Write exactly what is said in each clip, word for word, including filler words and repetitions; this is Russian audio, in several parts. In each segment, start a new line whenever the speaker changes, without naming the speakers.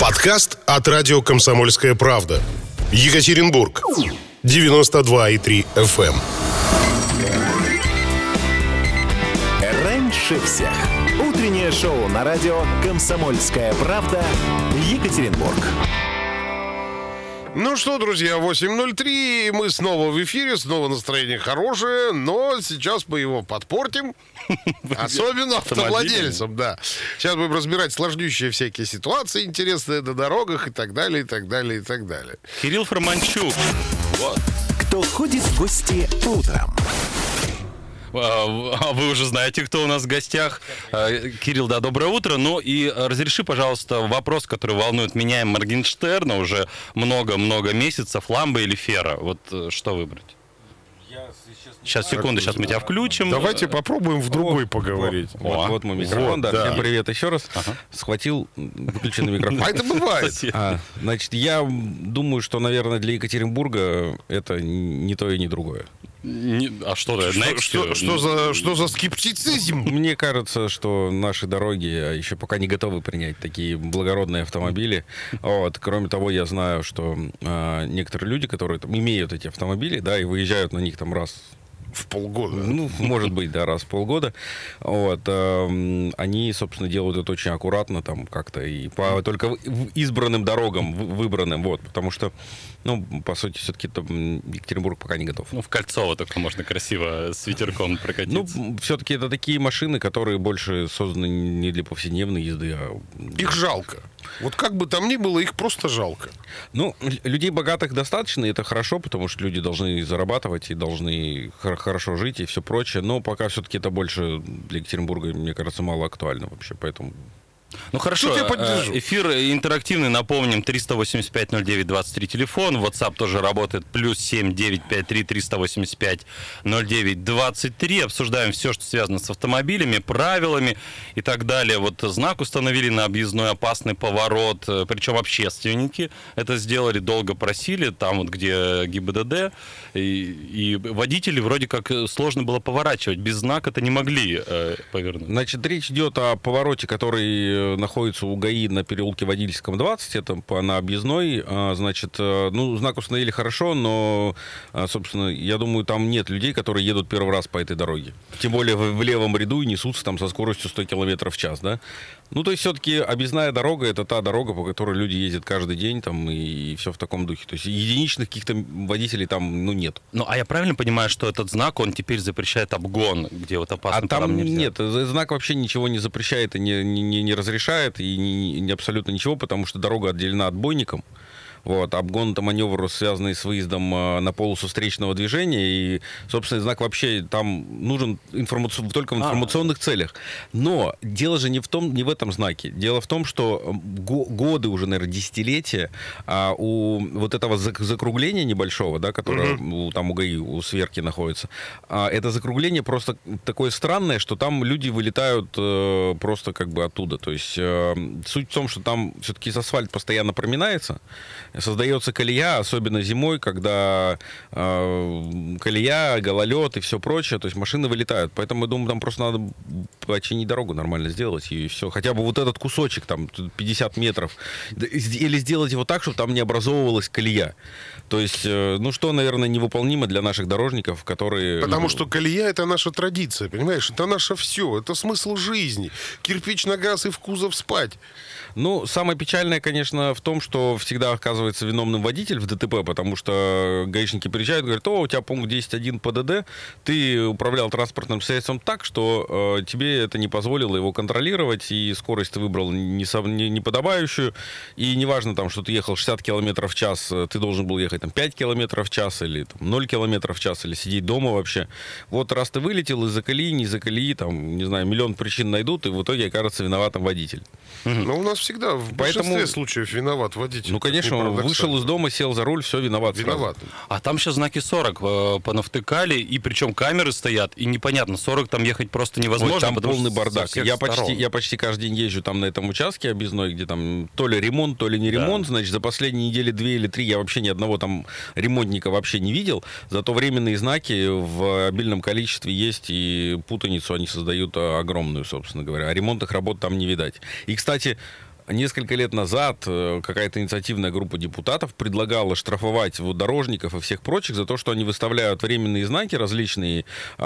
Подкаст от радио «Комсомольская правда». Екатеринбург. девяносто два и три эф эм.
Раньше всех. Утреннее шоу на радио «Комсомольская правда». Екатеринбург.
Ну что, друзья, восемь ноль три, и мы снова в эфире, снова настроение хорошее, но сейчас мы его подпортим, особенно автовладельцам, да. Сейчас будем разбирать сложнющие всякие ситуации интересные на дорогах и так далее, и так далее, и так далее.
Кирилл Фарманчук. Вот.
Кто ходит в гости утром?
А вы уже знаете, кто у нас в гостях. Кирилл, да, доброе утро. Ну и разреши, пожалуйста, вопрос, который волнует меня и Моргенштерна уже много-много месяцев. Ламбо или Фера? Вот что выбрать? Сейчас, секунду, сейчас мы тебя включим.
Давайте попробуем в другой поговорить.
Вот, вот мой микрофон,
Вот,
да.
да.
Всем привет еще раз.
Ага.
Схватил выключенный микрофон.
А это бывает.
А, значит, я думаю, что, наверное, для Екатеринбурга это не то и не другое.
Не- а что, да,
Что,
Next?
что- что за, что за скептицизм?
Мне кажется, что наши дороги еще пока не готовы принять такие благородные автомобили. Вот. Кроме того, я знаю, что а, некоторые люди, которые там, имеют эти автомобили, да, и выезжают на них там раз,
В полгода.
ну, может быть, да, раз в полгода, вот, эм, они, собственно, делают это очень аккуратно, там, как-то, и по только в- избранным дорогам, в- выбранным, вот, потому что, ну, по сути, все-таки там Екатеринбург пока не готов.
Ну, в Кольцово только можно красиво с ветерком
Ну,
прокатиться.
все-таки это такие машины, которые больше созданы не для повседневной езды, а...
Их жалко. Вот как бы там ни было, их просто жалко.
Ну, л- людей богатых достаточно, и это хорошо, потому что люди должны зарабатывать и должны хор- хорошо жить и все прочее, но пока все-таки это больше для Екатеринбурга, мне кажется, мало актуально вообще, поэтому...
Ну хорошо,
Тут я поддержу.
э, эфир интерактивный, напомним, триста восемьдесят пять ноль девять двадцать три телефон, WhatsApp тоже работает, плюс семь девять пять три триста восемьдесят пять ноль девять двадцать три, обсуждаем все, что связано с автомобилями, правилами и так далее. Вот знак установили на объездной опасный поворот, э, причем общественники это сделали, долго просили, там вот где ГИБДД, и, и водители вроде как сложно было поворачивать, без знака-то не могли э, повернуть.
Значит, речь идет о повороте, который э, находится у ГАИ на переулке Водительском, двадцать, это по, на объездной. А, значит, э, ну, знак установили хорошо, но, а, собственно, я думаю, там нет людей, которые едут первый раз по этой дороге. Тем более в, в левом ряду и несутся там со скоростью сто километров в час, да? Ну, то есть, все-таки объездная дорога — это та дорога, по которой люди ездят каждый день, там, и, все в таком духе. То есть, единичных каких-то водителей там, ну, нет.
Ну, а я правильно понимаю, что этот знак, он теперь запрещает обгон, где вот опасно
А там
нельзя?
нет, з- знак вообще ничего не запрещает и не, не, не разрешает, и не, не абсолютно ничего, потому что дорога отделена отбойником. Вот, обгон — это маневр, связанный с выездом э, на полосу встречного движения, и, собственно, знак вообще там нужен информаци- только в информационных целях. Но дело же не в том, не в этом знаке. Дело в том, что го- годы уже, наверное, десятилетия а, у вот этого зак- закругления небольшого, да, которое у, там у ГАИ, у Сверки находится, а, это закругление просто такое странное, что там люди вылетают э, просто как бы оттуда. То есть э, суть в том, что там все-таки асфальт постоянно проминается, создается колея, особенно зимой, когда э, колея, гололед и все прочее, то есть машины вылетают. Поэтому, я думаю, там просто надо починить дорогу, нормально сделать, и все. Хотя бы вот этот кусочек, там, пятьдесят метров. Или сделать его так, чтобы там не образовывалась колея. То есть, э, ну, что, наверное, невыполнимо для наших дорожников, которые...
Потому
ну,
что колея — это наша традиция, понимаешь? Это наше все, это смысл жизни. Кирпич на газ и в кузов спать.
Ну, самое печальное, конечно, в том, что всегда оказывается виновным водитель в ДТП, потому что гаишники приезжают и говорят: о, у тебя пункт десять один ПДД, ты управлял транспортным средством так, что э, тебе это не позволило его контролировать, и скорость ты выбрал не, со- не, неподобающую, и неважно, там, что ты ехал шестьдесят километров в час, ты должен был ехать там, пять километров в час, или там, ноль километров в час, или сидеть дома вообще. Вот раз ты вылетел из-за колеи, не из-за колеи, там, не знаю, миллион причин найдут, и в итоге окажется виноватым водитель.
Но у нас всегда в
Поэтому-
большинстве случаев виноват водитель.
Ну, конечно,
Как ни
он вышел
парадоксально.
из дома, сел за руль, все, виноват сразу.
Виноват.
А там сейчас знаки сорок э, понавтыкали, и причем камеры стоят, и непонятно, сорок там ехать просто невозможно.
Ой, там
потому
полный
что со
бардак.
всех
Я
сторон.
почти, я почти каждый день езжу там на этом участке объездной, где там то ли ремонт, то ли не
Да.
ремонт. Значит, за последние недели две или три я вообще ни одного там ремонтника вообще не видел. Зато временные знаки в обильном количестве есть, и путаницу они создают огромную, собственно говоря. А ремонтных работ там не видать. И, кстати, несколько лет назад какая-то инициативная группа депутатов предлагала штрафовать вот дорожников и всех прочих за то, что они выставляют временные знаки различные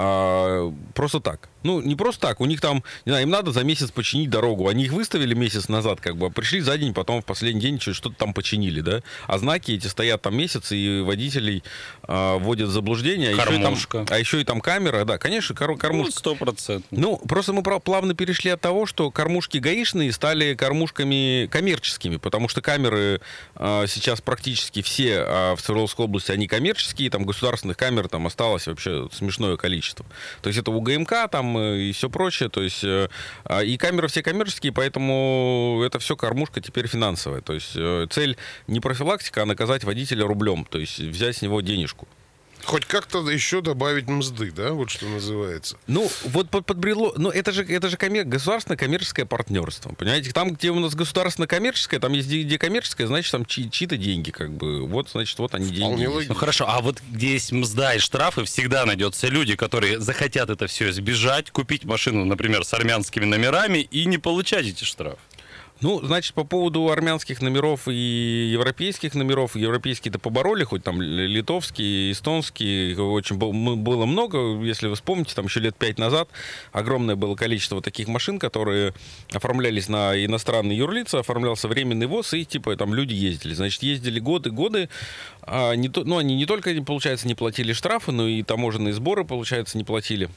а, просто так. Ну, не просто так, у них там, не знаю, им надо за месяц починить дорогу. Они их выставили месяц назад, как бы, а пришли за день, потом в последний день что-то там починили, да? А знаки эти стоят там месяц, и водителей а, вводят в заблуждение. А еще, там, а еще и там камера, да, конечно, кор- кормушка.
Сто процентов.
Ну, просто мы плавно перешли от того, что кормушки гаишные стали кормушками коммерческими, потому что камеры а, сейчас практически все а, в Свердловской области, они коммерческие, там государственных камер там осталось вообще смешное количество. То есть это УГМК там и все прочее, то есть а, и камеры все коммерческие, поэтому это все кормушка теперь финансовая. То есть цель не профилактика, а наказать водителя рублем, то есть взять с него денежку.
Хоть как-то еще добавить мзды, да, вот что называется.
Ну, вот под, подбрело, ну, это же, это же коммер, государственно-коммерческое партнерство, понимаете? Там, где у нас государственно-коммерческое, там есть где коммерческое, значит, там чьи- чьи-то деньги, как бы, вот, значит, вот они деньги.
Ну, хорошо, а вот где есть мзда и штрафы, всегда найдется люди, которые захотят это все избежать, купить машину, например, с армянскими номерами и не получать эти штрафы.
Ну, значит, по поводу армянских номеров и европейских номеров, европейские-то побороли, хоть там литовские, эстонские, очень было много, если вы вспомните, там еще лет пять назад огромное было количество таких машин, которые оформлялись на иностранные юрлица, оформлялся временный ВОЗ, и типа там люди ездили. Значит, ездили годы-годы, а не то, ну, они не только, получается, не платили штрафы, но и таможенные сборы, получается, не платили.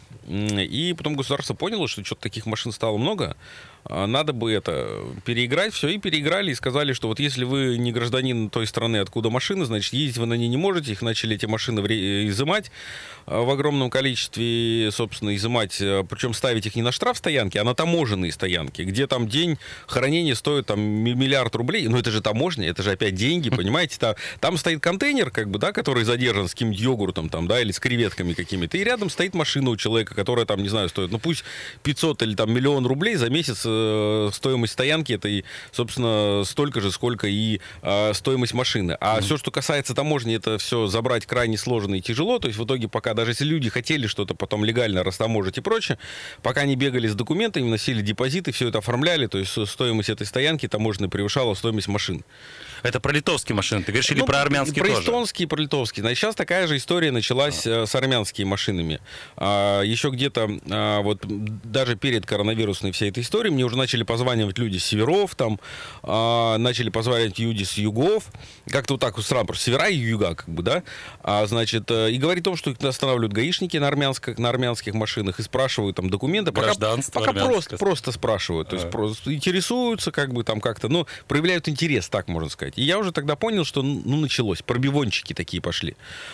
И потом государство поняло, что что-то таких машин стало много, надо бы это переиграть, все, и переиграли, и сказали, что вот если вы не гражданин той страны, откуда машины, значит, ездить вы на ней не можете, их начали эти машины изымать в огромном количестве, собственно, изымать, причем ставить их не на штрафстоянки, а на таможенные стоянки, где там день хранения стоит там миллиард рублей, ну это же таможня, это же опять деньги, понимаете, там, там стоит контейнер, как бы, да, который задержан с каким-нибудь йогуртом, там, да, или с креветками какими-то, и рядом стоит машина у человека, которая там, не знаю, стоит, ну пусть пятьсот или там миллион рублей за месяц стоимость стоянки это и, собственно, столько же, сколько и э, стоимость машины. А mm-hmm. все, что касается таможни, это все забрать крайне сложно и тяжело. То есть в итоге, пока даже если люди хотели что-то потом легально растаможить и прочее, пока они бегали с документами, вносили депозиты, все это оформляли, то есть стоимость этой стоянки таможенной превышала стоимость машин.
Это про литовские машины, ты говоришь, или
ну,
про армянские
про
тоже?
Про эстонские, про литовские. Значит, сейчас такая же история началась а. с армянскими машинами. А, еще где-то, а, вот даже перед коронавирусной всей этой историей, мне уже начали позванивать люди с северов, там, а, начали позванивать люди с югов, как-то вот так вот сразу, просто севера и юга, как бы, да, а, значит, и говорит о том, что их останавливают гаишники на армянских, на армянских машинах и спрашивают там документы.
Гражданство
пока, пока просто, просто спрашивают, а. то есть просто интересуются, как бы, там как-то, ну, проявляют интерес, так можно сказать. И я уже тогда понял, что, ну, началось, пробивончики такие пошли.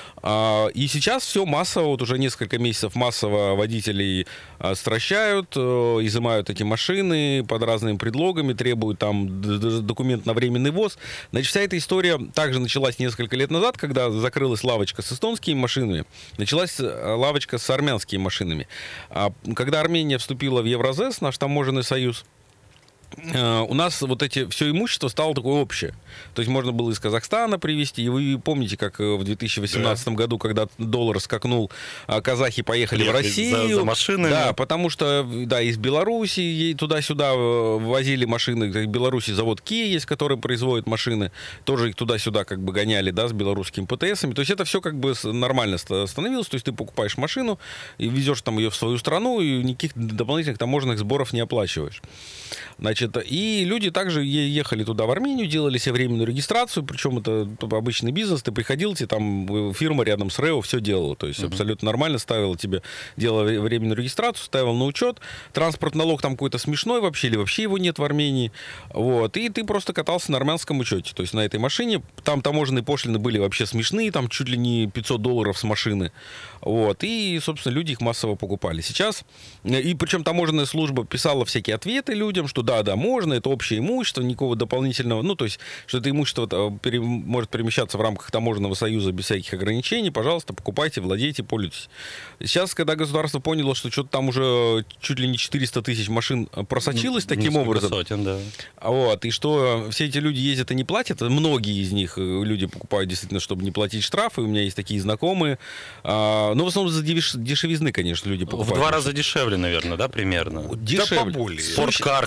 А, и сейчас все массово, вот уже несколько месяцев массово водителей а, стращают, а, изымают эти машины под разными предлогами, требуют там документ на временный ВОЗ. Значит, вся эта история также началась несколько лет назад, когда закрылась лавочка с эстонскими машинами, началась лавочка с армянскими машинами. А, когда Армения вступила в Евразес, наш таможенный союз, у нас вот эти все имущество стало такое общее. То есть можно было из Казахстана привезти. И вы помните, как в две тысячи восемнадцатом да. году, когда доллар скакнул, казахи поехали Ехали в Россию.
За, за машинами.
Да, потому что да, из Беларуси туда-сюда возили машины. В Беларуси завод Kia есть, который производит машины. Тоже их туда-сюда как бы гоняли, да, с белорусскими ПТСами. То есть это все как бы нормально становилось. То есть ты покупаешь машину и везешь там ее в свою страну, и никаких дополнительных таможенных сборов не оплачиваешь. Значит, и люди также ехали туда, в Армению, делали себе временную регистрацию, причем это обычный бизнес, ты приходил, тебе там фирма рядом с РЭО все делала, то есть uh-huh. абсолютно нормально ставила тебе, делала временную регистрацию, ставила на учет, транспортный налог там какой-то смешной вообще, или вообще его нет в Армении, вот, и ты просто катался на армянском учете, то есть на этой машине, там таможенные пошлины были вообще смешные, там чуть ли не пятьсот долларов с машины, вот, и, собственно, люди их массово покупали. Сейчас, и причем таможенная служба писала всякие ответы людям, что да, да, можно, это общее имущество, никакого дополнительного, ну, то есть, что это имущество пере, может перемещаться в рамках таможенного союза без всяких ограничений, пожалуйста, покупайте, владейте, пользуйтесь. Сейчас, когда государство поняло, что что-то там уже чуть ли не четыреста тысяч машин просочилось таким
Несколько
образом,
сотен, да.
Вот, и что все эти люди ездят и не платят, многие из них люди покупают действительно, чтобы не платить штрафы, у меня есть такие знакомые, но в основном за дешевизны, конечно, люди покупают.
В два раза дешевле, наверное, да, примерно?
Дешевле.
Да поболее.
Спорткар какой-нибудь.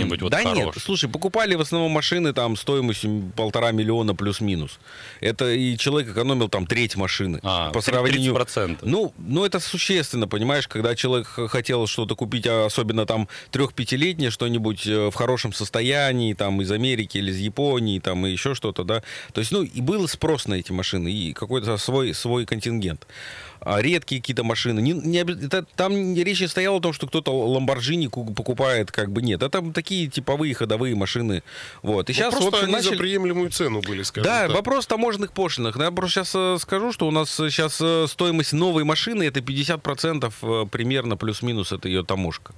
какой-нибудь вот
Да
хороший?
нет, слушай, покупали в основном машины там стоимостью полтора миллиона плюс-минус. Это и человек экономил там треть машины.
А,
по сравнению...
тридцать процентов.
Ну, ну, это существенно, понимаешь, когда человек хотел что-то купить, особенно там трех-пятилетнее, что-нибудь в хорошем состоянии, там из Америки или из Японии, там и еще что-то, да. То есть, ну, и был спрос на эти машины, и какой-то свой, свой контингент. А редкие какие-то машины. Не, не, это, там речь не стояла о том, что кто-то Lamborghini покупает, как бы нет. Это такие типовые ходовые машины. Вот. И
ну,
сейчас,
просто
в общем,
они
начали...
за приемлемую цену были, скажем
Да,
так.
вопрос в таможенных пошлинах. Я просто сейчас скажу, что у нас сейчас стоимость новой машины это пятьдесят процентов примерно плюс-минус это ее таможка.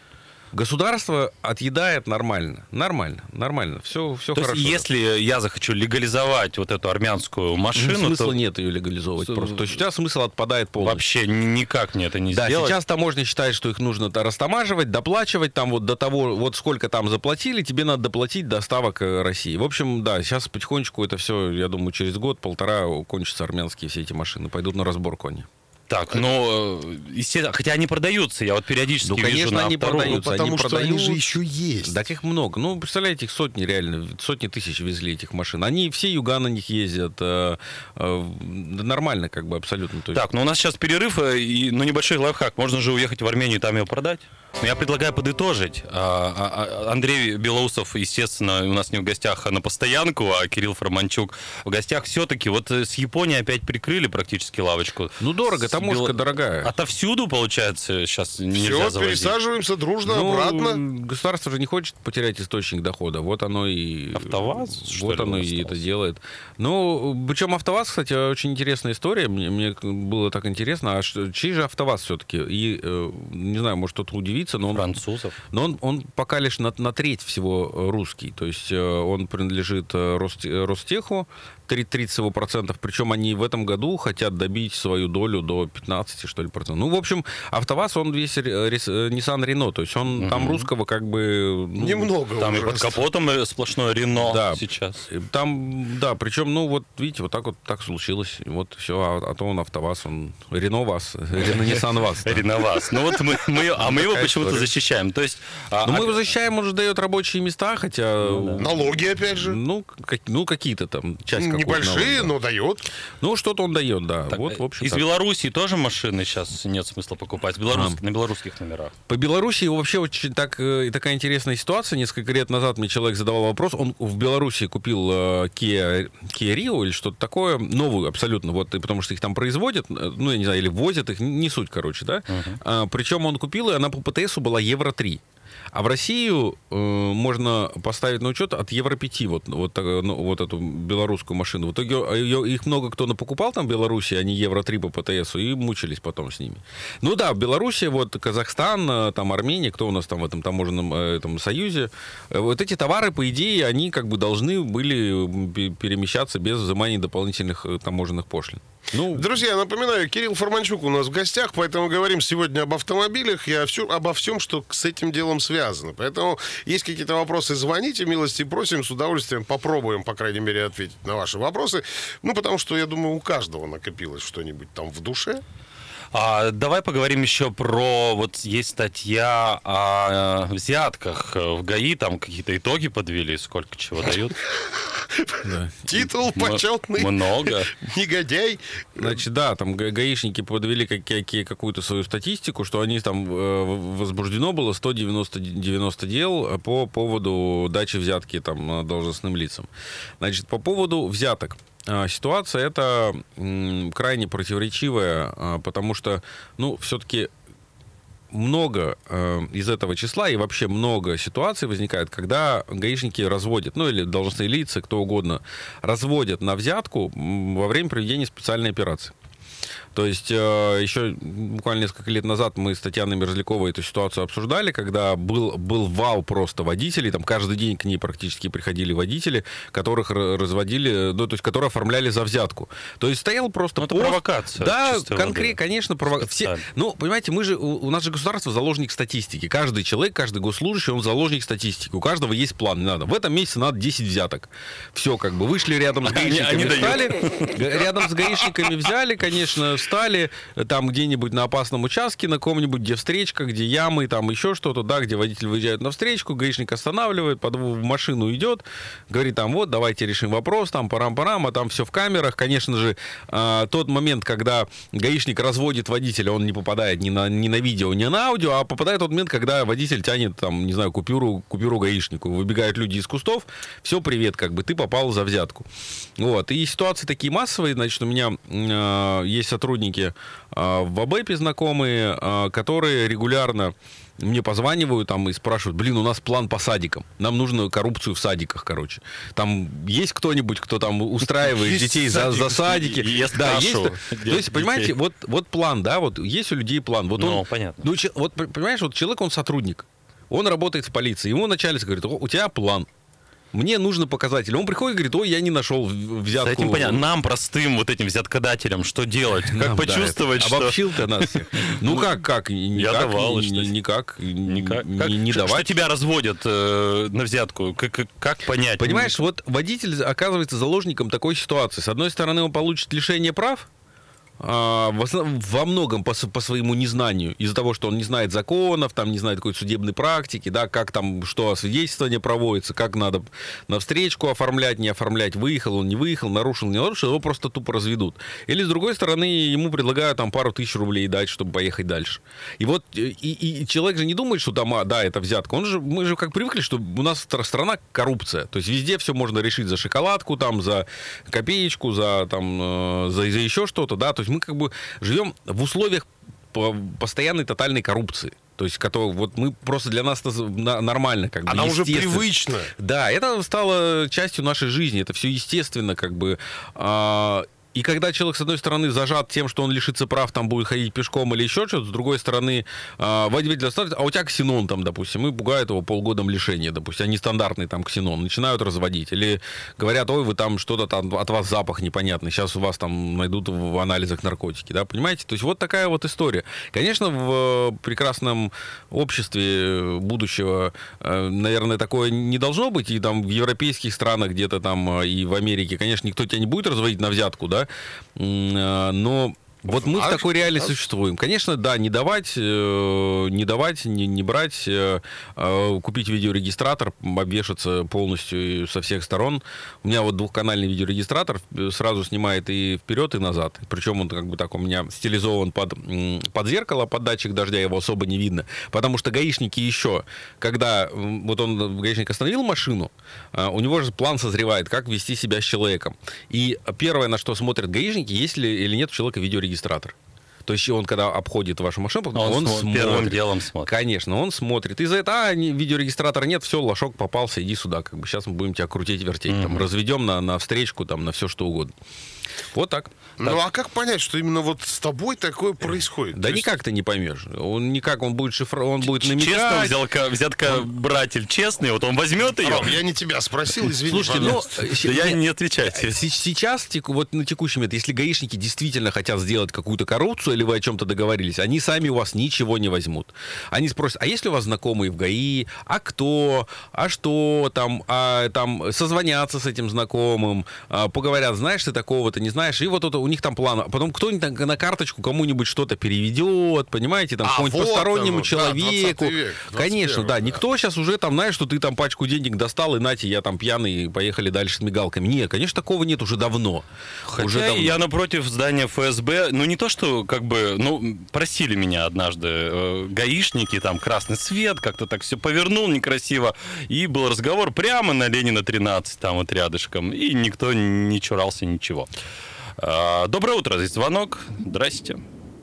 Государство отъедает нормально. Нормально, нормально. Все, все
то
хорошо.
есть, если я захочу легализовать вот эту армянскую машину,
ну, смысла
то...
нет ее легализовывать
С...
просто. То есть у тебя смысл отпадает полностью.
Вообще никак мне это не
да,
сделать.
сейчас таможня считает, что их нужно растамаживать, доплачивать. Там вот до того, вот сколько там заплатили, тебе надо доплатить до ставок России. В общем, да, сейчас потихонечку это все, я думаю, через год-полтора кончатся армянские все эти машины. Пойдут на разборку они.
Так, ну, естественно, хотя они продаются, я вот периодически
ну,
вижу
конечно,
на
они
автору.
продаются,
ну, потому
они
что
продают...
они же еще есть.
Так их много. Ну, представляете, их сотни реально, сотни тысяч везли этих машин. Они все юга на них ездят. Э, э, да нормально как бы абсолютно. То есть...
Так, ну у нас сейчас перерыв, и, ну, небольшой лайфхак. Можно же уехать в Армению и там его продать. Но я предлагаю подытожить. А, а, Андрей Белоусов, естественно, у нас не в гостях, а на постоянку, а Кирилл Фарманчук в гостях. Все-таки вот с Японией опять прикрыли практически лавочку.
Ну, дорого,
С
таможка
Бело...
дорогая.
Отовсюду, получается, сейчас нельзя
Все,
завозить.
пересаживаемся дружно
ну,
обратно.
Государство же не хочет потерять источник дохода. Вот оно и...
АвтоВАЗ, что
Вот
ли,
оно и это делает. Ну, причем АвтоВАЗ, кстати, очень интересная история. Мне, мне было так интересно. А что, чей же АвтоВАЗ все-таки? И, э, не знаю, может кто-то удивится, но он...
Французов.
Но он, он пока лишь на, на треть всего русский. То есть он принадлежит Ростеху, тридцать процентов. Причем они в этом году хотят добить свою долю до пятнадцати, что ли, процентов. Ну, в общем, АвтоВАЗ, он весь Nissan Renault. То есть он угу. там русского как бы... Ну,
немного
там
уже.
И под капотом сплошное Renault
да,
сейчас.
Там, да, причем, ну, вот, видите, вот так вот так случилось. Вот все, а, а то он АвтоВАЗ, он Renault ВАЗ, Nissan ВАЗ.
Renault ВАЗ. Ну, вот мы, мы, а мы его почему-то защищаем. То есть...
Ну, мы его защищаем, он же дает рабочие места, хотя...
Ну, да. Налоги, опять же.
Ну, как, ну какие-то там, часть какой-то.
Небольшие,
налог, да.
но дает.
Ну, что-то он дает, да.
Так,
вот, в общем,
из
так.
Белоруссии тоже машины сейчас нет смысла покупать? Белорус...
А.
На белорусских номерах?
По Белоруссии вообще очень так, э, такая интересная ситуация. Несколько лет назад мне человек задавал вопрос. Он в Белоруссии купил э, Kia, Kia Rio или что-то такое, новую абсолютно, вот, и потому что их там производят, ну, я не знаю, или возят их, не суть, короче, да. Uh-huh. А, причем он купил, и она по ПТСу была евро три. А в Россию э, можно поставить на учет от евро пять вот, вот, ну, вот эту белорусскую машину. В итоге ее, их много кто напокупал там в Беларуси, они евро три по ПТСу, и мучились потом с ними. Ну да, в Беларуси, вот Казахстан, там Армения, кто у нас там в этом таможенном этом союзе, вот эти товары, по идее, они как бы должны были перемещаться без взимания дополнительных таможенных пошлин.
Ну, друзья, напоминаю, Кирилл Фарманчук у нас в гостях, поэтому говорим сегодня об автомобилях и все, обо всем, что с этим делом связано. Поэтому есть какие-то вопросы, звоните, милости просим, с удовольствием попробуем, по крайней мере, ответить на ваши вопросы. Ну, потому что, я думаю, у каждого накопилось что-нибудь там в душе.
А, давай поговорим еще про... Вот есть статья о взятках в ГАИ, там какие-то итоги подвели, сколько чего дают.
Титул почетный.
Много.
Негодяй.
Значит, да, там гаишники подвели какую-то свою статистику, что они там возбуждено было сто девяносто дел по поводу дачи взятки там должностным лицам. Значит, по поводу взяток. Ситуация эта крайне противоречивая, потому что, ну, все-таки много э, из этого числа и вообще много ситуаций возникает, когда гаишники разводят, ну, или должностные лица, кто угодно, разводят на взятку во время проведения специальной операции. То есть э, еще буквально несколько лет назад мы с Татьяной Мерзляковой эту ситуацию обсуждали, когда был, был вал просто водителей, там каждый день к ней практически приходили водители, которых разводили, ну, то есть которые оформляли за взятку. То есть стоял просто...
Ну, это
пост,
провокация.
Да, конкретно, конечно, провокация. Ну, понимаете, мы же, у, у нас же государство заложник статистики. Каждый человек, каждый госслужащий, он заложник статистики. У каждого есть план. Не надо. В этом месяце надо десять взяток. Все, как бы, вышли рядом с гаишниками,
они, они
встали, рядом с гаишниками взяли, конечно, встали там где-нибудь на опасном участке, на каком-нибудь, где встречка, где ямы, там еще что-то, да, где водитель выезжает на встречку, гаишник останавливает, под в машину идет, говорит там, вот, давайте решим вопрос, там, парам-парам, а там все в камерах. Конечно же, э, тот момент, когда гаишник разводит водителя, он не попадает ни на, ни на видео, ни на аудио, а попадает тот момент, когда водитель тянет, там, не знаю, купюру, купюру гаишнику. Выбегают люди из кустов, все, привет, как бы, ты попал за взятку. Вот. И ситуации такие массовые, значит, у меня э, есть сотрудники э, в АБЭПе знакомые, э, которые регулярно мне позванивают там и спрашивают, блин, у нас план по садикам, нам нужно коррупцию в садиках, короче. Там есть кто-нибудь, кто там устраивает есть детей за, за садики?
Ест
да,
кашу,
есть. То есть,
детей.
Понимаете, вот, вот план, да, вот есть у людей план. Вот
ну,
он,
понятно.
Ну, вот, понимаешь, вот человек, он сотрудник, он работает в полиции, ему начальник говорит, у тебя план. Мне нужно показатель. Он приходит и говорит, ой, я не нашел взятку.
С этим понятно. Нам, простым вот этим взяткодателям, что делать? Как
Нам,
почувствовать,
да,
что...
Обобщил ты нас всех. Ну как, как?
Я давал,
ни,
что
никак.
Никак.
Не,
Как?
не
Что,
давать.
что тебя разводят э, на взятку? Как, как, как понять?
Понимаешь, вот водитель оказывается заложником такой ситуации. С одной стороны, он получит лишение прав, во многом по, по своему незнанию, из-за того, что он не знает законов, там не знает какой-то судебной практики, да, как там, что освидетельствование проводится, как надо на встречку оформлять, не оформлять, выехал он, не выехал, нарушил, не нарушил, его просто тупо разведут. Или, с другой стороны, ему предлагают там пару тысяч рублей дать, чтобы поехать дальше. И вот и, и человек же не думает, что там, а, да, это взятка. Он же, мы же как привыкли, что у нас страна коррупция. То есть везде все можно решить за шоколадку, там, за копеечку, за, там, за, за еще что-то, да, то есть мы как бы живем в условиях постоянной тотальной коррупции. То есть, который, вот мы просто для нас это нормально, как бы.
Она уже привычна.
Да, это стало частью нашей жизни. Это все естественно, как бы. И когда человек, с одной стороны, зажат тем, что он лишится прав, там будет ходить пешком или еще что-то, с другой стороны, э, водитель оставит, а у тебя ксенон там, допустим, и пугают его полгодом лишения, допустим, а нестандартный там ксенон, начинают разводить. Или говорят, ой, вы там что-то там, от вас запах непонятный, сейчас у вас там найдут в анализах наркотики, да, понимаете? То есть вот такая вот история. Конечно, в прекрасном обществе будущего, э, наверное, такое не должно быть, и там в европейских странах где-то там, и в Америке, конечно, никто тебя не будет разводить на взятку, да, но вот мы а в такой реалии а... существуем. Конечно, да, не давать, э, не давать, не, не брать, э, э, купить видеорегистратор, обвешаться полностью со всех сторон. У меня вот двухканальный видеорегистратор сразу снимает и вперед, и назад. Причем он как бы так у меня стилизован под, под зеркало, под датчик дождя, его особо не видно. Потому что гаишники еще, когда вот он, гаишник остановил машину, э, у него же план созревает, как вести себя с человеком. И первое, на что смотрят гаишники, есть ли или нет у человека видеорегистратор. Регистратор. То есть он, когда обходит вашу машину, он,
он
смотрит.
Первым делом смотрит.
Конечно, он смотрит. И за это, а, видеорегистратора нет, все, лошок попался, иди сюда. Как бы сейчас мы будем тебя крутить, вертеть. Mm-hmm. Там, разведем на, на встречку, там, на все что угодно. Вот так.
Ну,
так.
а как понять, что именно вот с тобой такое происходит?
Да
То
никак
есть...
ты не поймешь. Он никак, он будет шифровать, он будет намекать.
Честно взялка, взятка он... братель честный, вот он возьмет ее.
Ром, я не тебя спросил, извини,
слушайте, ну,
да я не отвечайте.
Сейчас, вот на текущий момент, если гаишники действительно хотят сделать какую-то коррупцию, или вы о чем-то договорились, они сами у вас ничего не возьмут. Они спросят, а есть ли у вас знакомые в ГАИ? А кто? А что? Там, а, там созвонятся с этим знакомым, а, поговорят, знаешь ты такого-то, не знаешь, и вот это, у них там план. Потом кто-нибудь на карточку кому-нибудь что-то переведет, понимаете, там, а, какому-нибудь вот постороннему оно, человеку. Да, век, Конечно, да. да. Никто сейчас уже там, знаешь, что ты там пачку денег достал, и нате, я там пьяный, поехали дальше с мигалками. Нет, конечно, такого нет уже давно.
Хотя
уже давно.
Я напротив здания эф эс бэ, ну не то, что как бы, ну, просили меня однажды э, гаишники, там, красный свет, как-то так все повернул некрасиво, и был разговор прямо на Ленина тринадцать, там вот рядышком, и никто не чурался ничего. Э, доброе утро, здесь звонок, здрасте.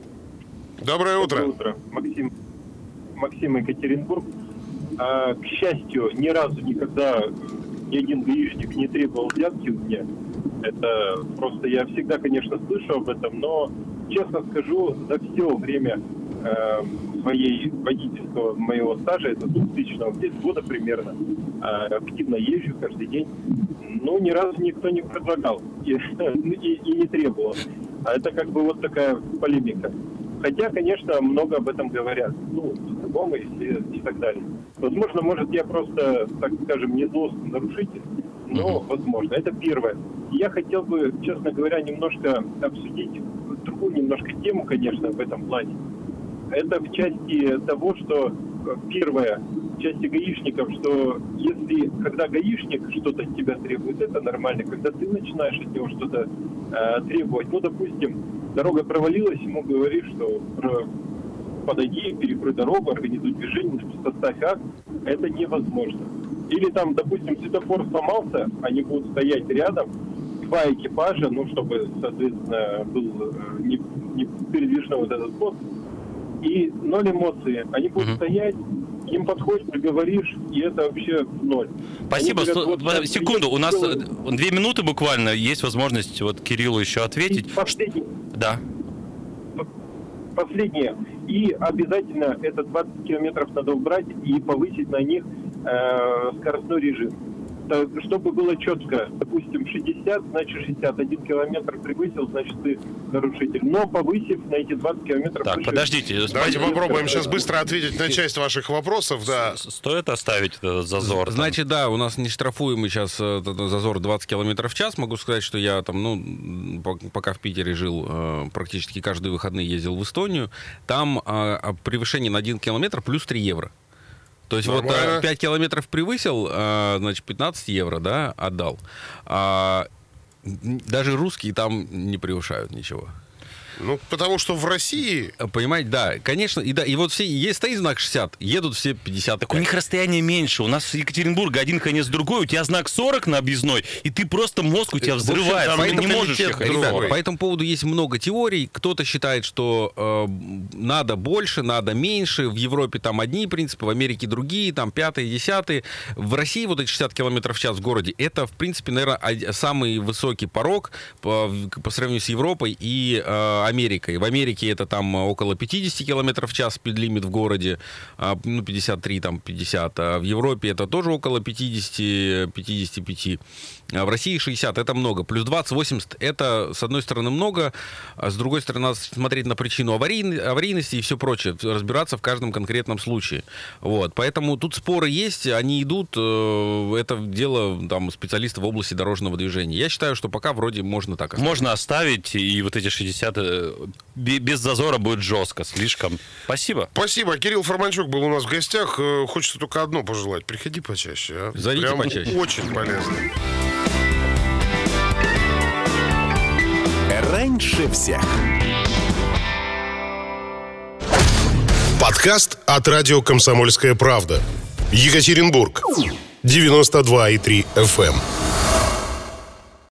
Доброе утро.
Доброе утро, Максим. Максим, Екатеринбург. А, к счастью, ни разу никогда ни один гаишник не требовал взятки у меня. Это просто я всегда, конечно, слышу об этом, но, честно скажу, за все время э, своей водительского моего стажа, это двухтысячного, здесь года примерно, э, активно езжу каждый день, но ни разу никто не предлагал и, и, и не требовал. А это как бы вот такая полемика. Хотя, конечно, много об этом говорят, ну, знакомые и, и так далее. Возможно, может, я просто, так скажем, не злостный нарушитель, но, возможно, это первое. Я хотел бы, честно говоря, немножко обсудить в другую немножко тему, конечно, в этом плане. Это в части того, что первое, в части гаишников, что если, когда гаишник что-то от тебя требует, это нормально. Когда ты начинаешь от него что-то э, требовать, ну, допустим, дорога провалилась, ему говоришь, что подойди, перекрой дорогу, организуй движение, составь акт, это невозможно. Или там, допустим, светофор сломался, они будут стоять рядом, два экипажа, ну, чтобы, соответственно, был не, не передвижной вот этот пост, и ноль эмоций. Они будут uh-huh. стоять, им подходишь, говоришь, и это вообще ноль.
Спасибо.
Говорят,
вот, вот, секунду, у нас делают... две минуты буквально, есть возможность вот Кириллу еще ответить.
Последний.
Да.
Последнее. И обязательно это двадцать километров надо убрать и повысить на них э, скоростной режим. Так, чтобы было четко, допустим, шестьдесят, значит шестьдесят, один километр превысил, значит ты нарушитель. Но повысив на эти двадцать километров...
Так, выше... подождите.
Давайте спа... попробуем сейчас быстро ответить на часть ваших вопросов. Да.
Стоит оставить этот зазор?
Значит, там? Да, у нас нештрафуемый сейчас зазор двадцать километров в час. Могу сказать, что я там, ну, пока в Питере жил, практически каждые выходные ездил в Эстонию. Там превышение на один километр плюс три евро. То есть нормально. Вот пять километров превысил, значит, пятнадцать евро, да, отдал. А даже русские там не превышают ничего.
Ну, потому что в России...
Понимаете, да, конечно. И, да, и вот все, есть стоит знак шестьдесят, едут все пятьдесят.
Так у них расстояние меньше. У нас с Екатеринбурга один конец другой, у тебя знак сорок на объездной, и ты просто мозг у тебя взрывается, ты не можешь ехать.
Ребята, по этому поводу есть много теорий. Кто-то считает, что э, надо больше, надо меньше. В Европе там одни принципы, в Америке другие, там пятые, десятые. В России вот эти шестьдесят километров в час в городе, это, в принципе, наверное, самый высокий порог по, по сравнению с Европой и э, Америкой. В Америке это там около пятьдесят километров в час спидлимит в городе, ну, пятьдесят три, там, пятьдесят. А в Европе это тоже около пятьдесят, пятьдесят пять. А в России шестьдесят, это много. Плюс двадцать, восемьдесят, это, с одной стороны, много, а с другой стороны, надо смотреть на причину аварийности, аварийности и все прочее, разбираться в каждом конкретном случае. Вот. Поэтому тут споры есть, они идут, это дело там, специалистов в области дорожного движения. Я считаю, что пока вроде можно так оставить.
Можно оставить, и вот эти шестьдесят без зазора будет жестко, слишком. Спасибо.
Спасибо. Кирилл Форманчук был у нас в гостях. Хочется только одно пожелать. Приходи почаще. А?
Зовите
прям
почаще.
Очень полезно.
Раньше всех.
Подкаст от радио «Комсомольская правда». Екатеринбург. девяносто два и три эф эм.